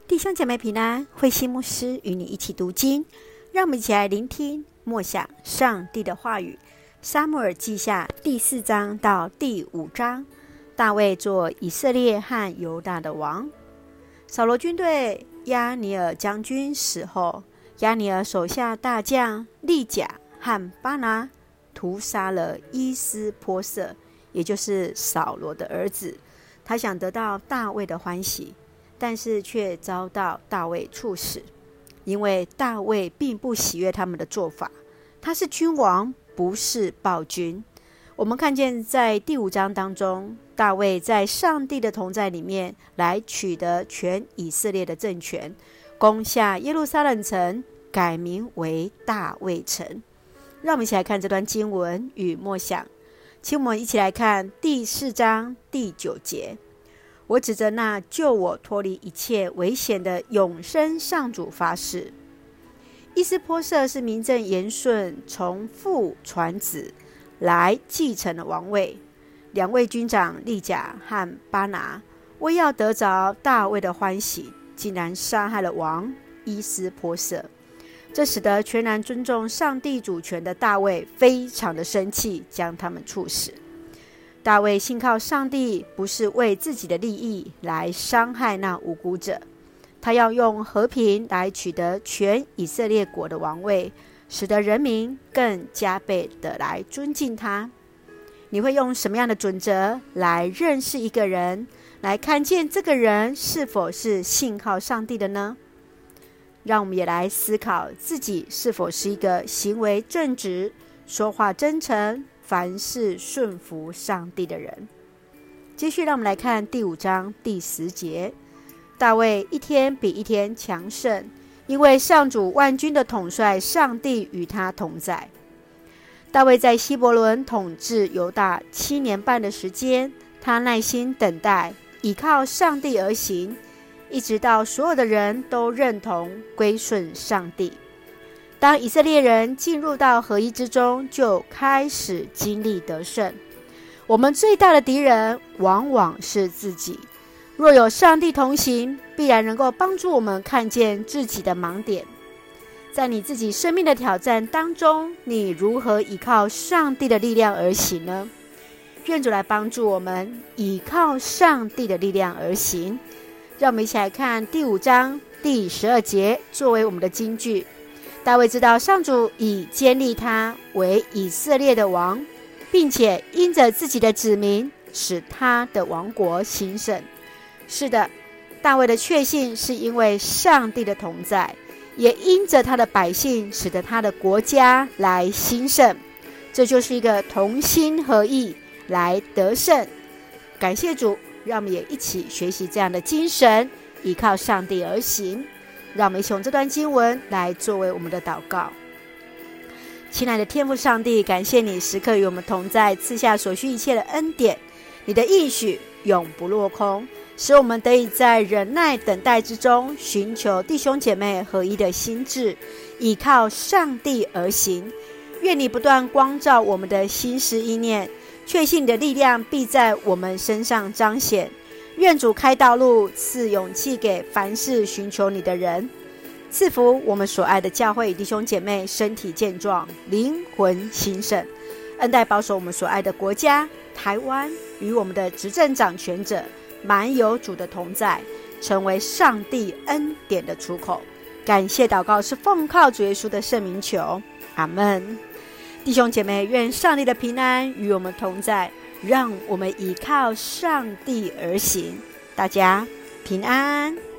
弟兄姐妹平安，慧馨牧师与你一起读经，让我们一起来聆听默想上帝的话语。撒母耳记下第4章到第5章，大卫做以色列和犹大的王。扫罗军队押尼尔将军死后，押尼尔手下大将利甲和巴拿屠杀了伊斯波瑟，也就是扫罗的儿子。他想得到大卫的欢喜，但是却遭到大卫处死，因为大卫并不喜悦他们的做法。他是君王，不是暴君。我们看见在第5章当中，大卫在上帝的同在里面来取得全以色列的政权，攻下耶路撒冷城，改名为大卫城。让我们一起来看这段经文与默想。请我们一起来看第4章第9节。我指着那救我脱离一切危险的永生上主发誓。伊斯波瑟是名正言顺从父传子来继承了王位。2位军长利甲和巴拿为要得着大卫的欢喜，竟然杀害了王伊斯波瑟。这使得全然尊重上帝主权的大卫非常的生气，将他们处死。大卫信靠上帝，不是为自己的利益来伤害那无辜者，他要用和平来取得全以色列国的王位，使得人民更加倍的来尊敬他。你会用什么样的准则来认识一个人，来看见这个人是否是信靠上帝的呢？让我们也来思考自己是否是一个行为正直、说话真诚、凡事顺服上帝的人。继续让我们来看第5章第10节。大卫一天比一天强盛，因为上主万军的统帅上帝与他同在。大卫在希伯伦统治犹大7年半的时间，他耐心等待，倚靠上帝而行，一直到所有的人都认同归顺上帝。当以色列人进入到合一之中，就开始经历得胜。我们最大的敌人往往是自己，若有上帝同行，必然能够帮助我们看见自己的盲点。在你自己生命的挑战当中，你如何依靠上帝的力量而行呢？愿主来帮助我们依靠上帝的力量而行。让我们一起来看第5章第12节作为我们的金句。大卫知道上主已建立他为以色列的王，并且因着自己的子民使他的王国兴盛。是的，大卫的确信是因为上帝的同在，也因着他的百姓使得他的国家来兴盛。这就是一个同心合意来得胜。感谢主，让我们也一起学习这样的精神，依靠上帝而行。让我们一起用这段经文来作为我们的祷告。亲爱的天父上帝，感谢你时刻与我们同在，赐下所需一切的恩典。你的应许永不落空，使我们得以在忍耐等待之中，寻求弟兄姐妹合一的心志，依靠上帝而行。愿你不断光照我们的心思意念，确信你的力量必在我们身上彰显。愿主开道路，赐勇气给凡事寻求你的人，赐福我们所爱的教会弟兄姐妹身体健壮，灵魂兴盛，恩待保守我们所爱的国家台湾，与我们的执政掌权者满有主的同在，成为上帝恩典的出口。感谢祷告是奉靠主耶稣的圣名求，阿们。弟兄姐妹，愿上帝的平安与我们同在，让我们依靠上帝而行。大家平安。